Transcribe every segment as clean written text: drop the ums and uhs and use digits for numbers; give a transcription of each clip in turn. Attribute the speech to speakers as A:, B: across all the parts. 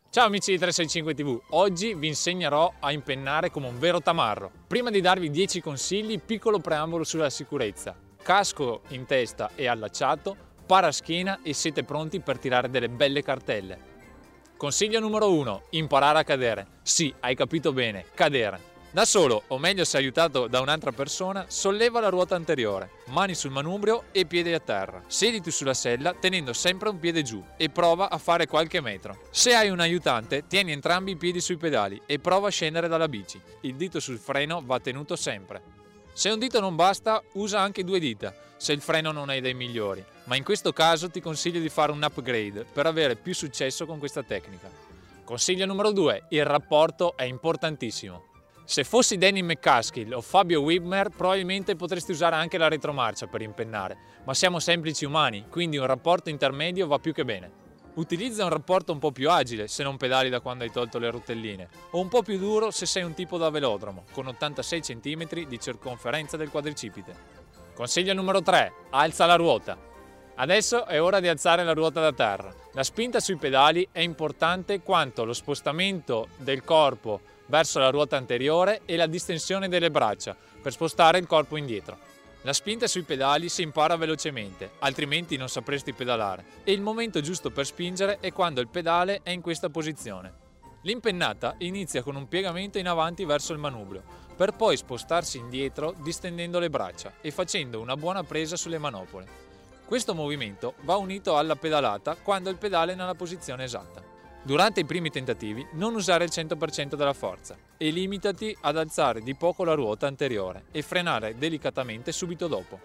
A: Ciao amici di 365 TV, oggi vi insegnerò a impennare come un vero tamarro. Prima di darvi 10 consigli, piccolo preambolo sulla sicurezza. Casco in testa e allacciato, paraschiena e siete pronti per tirare delle belle cartelle. Consiglio numero 1, imparare a cadere. Sì, hai capito bene, cadere. Da solo, o meglio se aiutato da un'altra persona, solleva la ruota anteriore, mani sul manubrio e piedi a terra. Sediti sulla sella tenendo sempre un piede giù e prova a fare qualche metro. Se hai un aiutante, tieni entrambi i piedi sui pedali e prova a scendere dalla bici. Il dito sul freno va tenuto sempre. Se un dito non basta, usa anche 2 dita, se il freno non è dei migliori, ma in questo caso ti consiglio di fare un upgrade per avere più successo con questa tecnica. Consiglio numero 2, il rapporto è importantissimo. Se fossi Danny McCaskill o Fabio Wibmer probabilmente potresti usare anche la retromarcia per impennare, ma siamo semplici umani, quindi un rapporto intermedio va più che bene. Utilizza un rapporto un po' più agile se non pedali da quando hai tolto le rotelline, o un po' più duro se sei un tipo da velodromo, con 86 cm di circonferenza del quadricipite. Consiglio numero 3, alza la ruota. Adesso è ora di alzare la ruota da terra. La spinta sui pedali è importante quanto lo spostamento del corpo verso la ruota anteriore e la distensione delle braccia per spostare il corpo indietro. La spinta sui pedali si impara velocemente, altrimenti non sapresti pedalare, e il momento giusto per spingere è quando il pedale è in questa posizione. L'impennata inizia con un piegamento in avanti verso il manubrio, per poi spostarsi indietro distendendo le braccia e facendo una buona presa sulle manopole. Questo movimento va unito alla pedalata quando il pedale è nella posizione esatta. Durante i primi tentativi non usare il 100% della forza e limitati ad alzare di poco la ruota anteriore e frenare delicatamente subito dopo.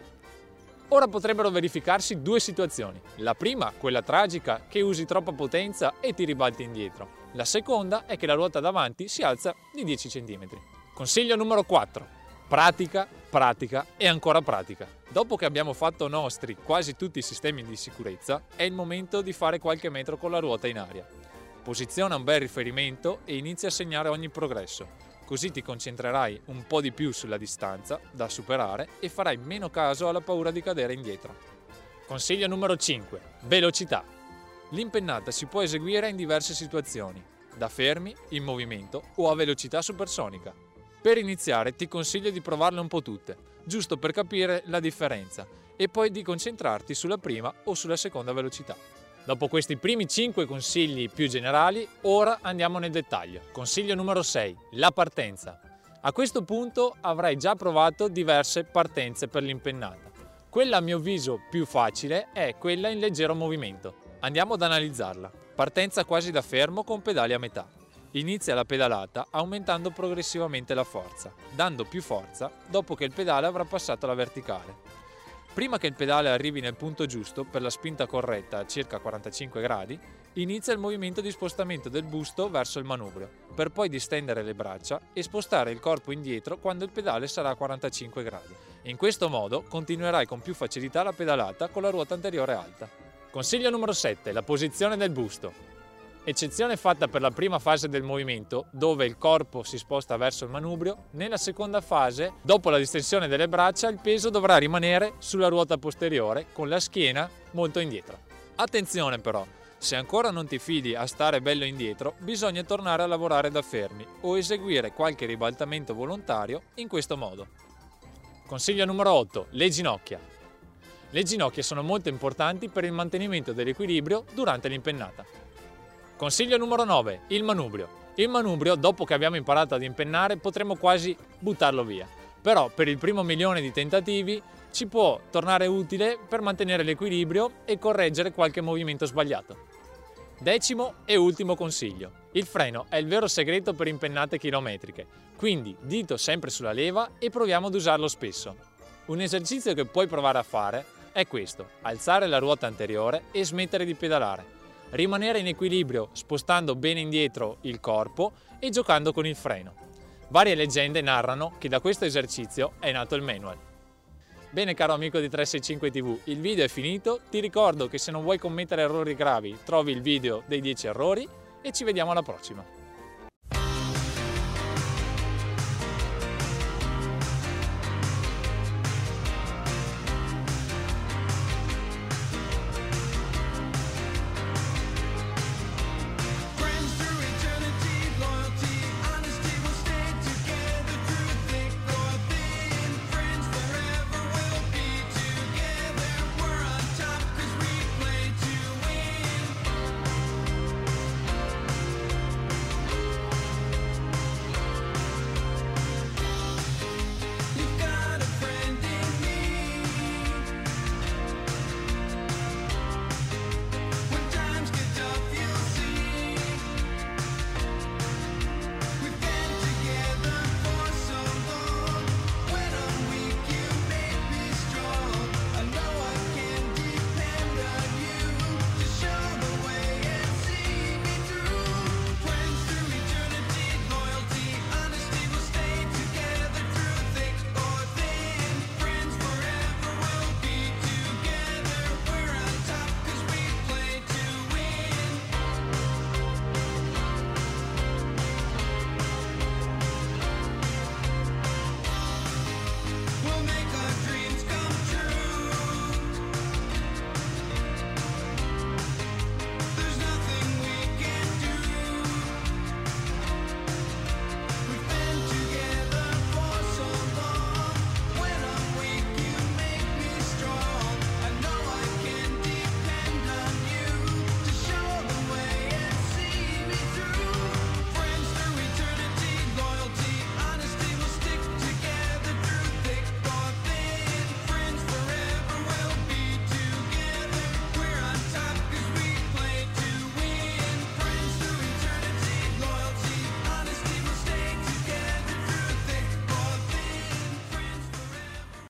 A: Ora potrebbero verificarsi 2 situazioni. La prima, quella tragica, che usi troppa potenza e ti ribalti indietro. La seconda è che la ruota davanti si alza di 10 cm. Consiglio numero 4. Pratica, pratica e ancora pratica. Dopo che abbiamo fatto nostri quasi tutti i sistemi di sicurezza, è il momento di fare qualche metro con la ruota in aria. Posiziona un bel riferimento e inizia a segnare ogni progresso, così ti concentrerai un po' di più sulla distanza da superare e farai meno caso alla paura di cadere indietro. Consiglio numero 5. Velocità. L'impennata si può eseguire in diverse situazioni, da fermi, in movimento o a velocità supersonica. Per iniziare ti consiglio di provarle un po' tutte, giusto per capire la differenza, e poi di concentrarti sulla prima o sulla seconda velocità. Dopo questi primi 5 consigli più generali, ora andiamo nel dettaglio. Consiglio numero 6, la partenza. A questo punto avrai già provato diverse partenze per l'impennata. Quella a mio avviso più facile è quella in leggero movimento. Andiamo ad analizzarla. Partenza quasi da fermo con pedali a metà. Inizia la pedalata aumentando progressivamente la forza, dando più forza dopo che il pedale avrà passato la verticale. Prima che il pedale arrivi nel punto giusto per la spinta corretta a circa 45 gradi, inizia il movimento di spostamento del busto verso il manubrio, per poi distendere le braccia e spostare il corpo indietro quando il pedale sarà a 45 gradi. In questo modo continuerai con più facilità la pedalata con la ruota anteriore alta. Consiglio numero 7, la posizione del busto. Eccezione fatta per la prima fase del movimento, dove il corpo si sposta verso il manubrio, nella seconda fase, dopo la distensione delle braccia, il peso dovrà rimanere sulla ruota posteriore con la schiena molto indietro. Attenzione però, se ancora non ti fidi a stare bello indietro, bisogna tornare a lavorare da fermi o eseguire qualche ribaltamento volontario in questo modo. Consiglio numero 8, le ginocchia. Le ginocchia sono molto importanti per il mantenimento dell'equilibrio durante l'impennata. Consiglio numero 9, il manubrio. Il manubrio, dopo che abbiamo imparato ad impennare, potremmo quasi buttarlo via. Però per il primo milione di tentativi ci può tornare utile per mantenere l'equilibrio e correggere qualche movimento sbagliato. Decimo e ultimo consiglio. Il freno è il vero segreto per impennate chilometriche, quindi dito sempre sulla leva e proviamo ad usarlo spesso. Un esercizio che puoi provare a fare è questo: alzare la ruota anteriore e smettere di pedalare. Rimanere in equilibrio spostando bene indietro il corpo e giocando con il freno. Varie leggende narrano che da questo esercizio è nato il manual. Bene caro amico di 365 TV, il video è finito, ti ricordo che se non vuoi commettere errori gravi trovi il video dei 10 errori e ci vediamo alla prossima.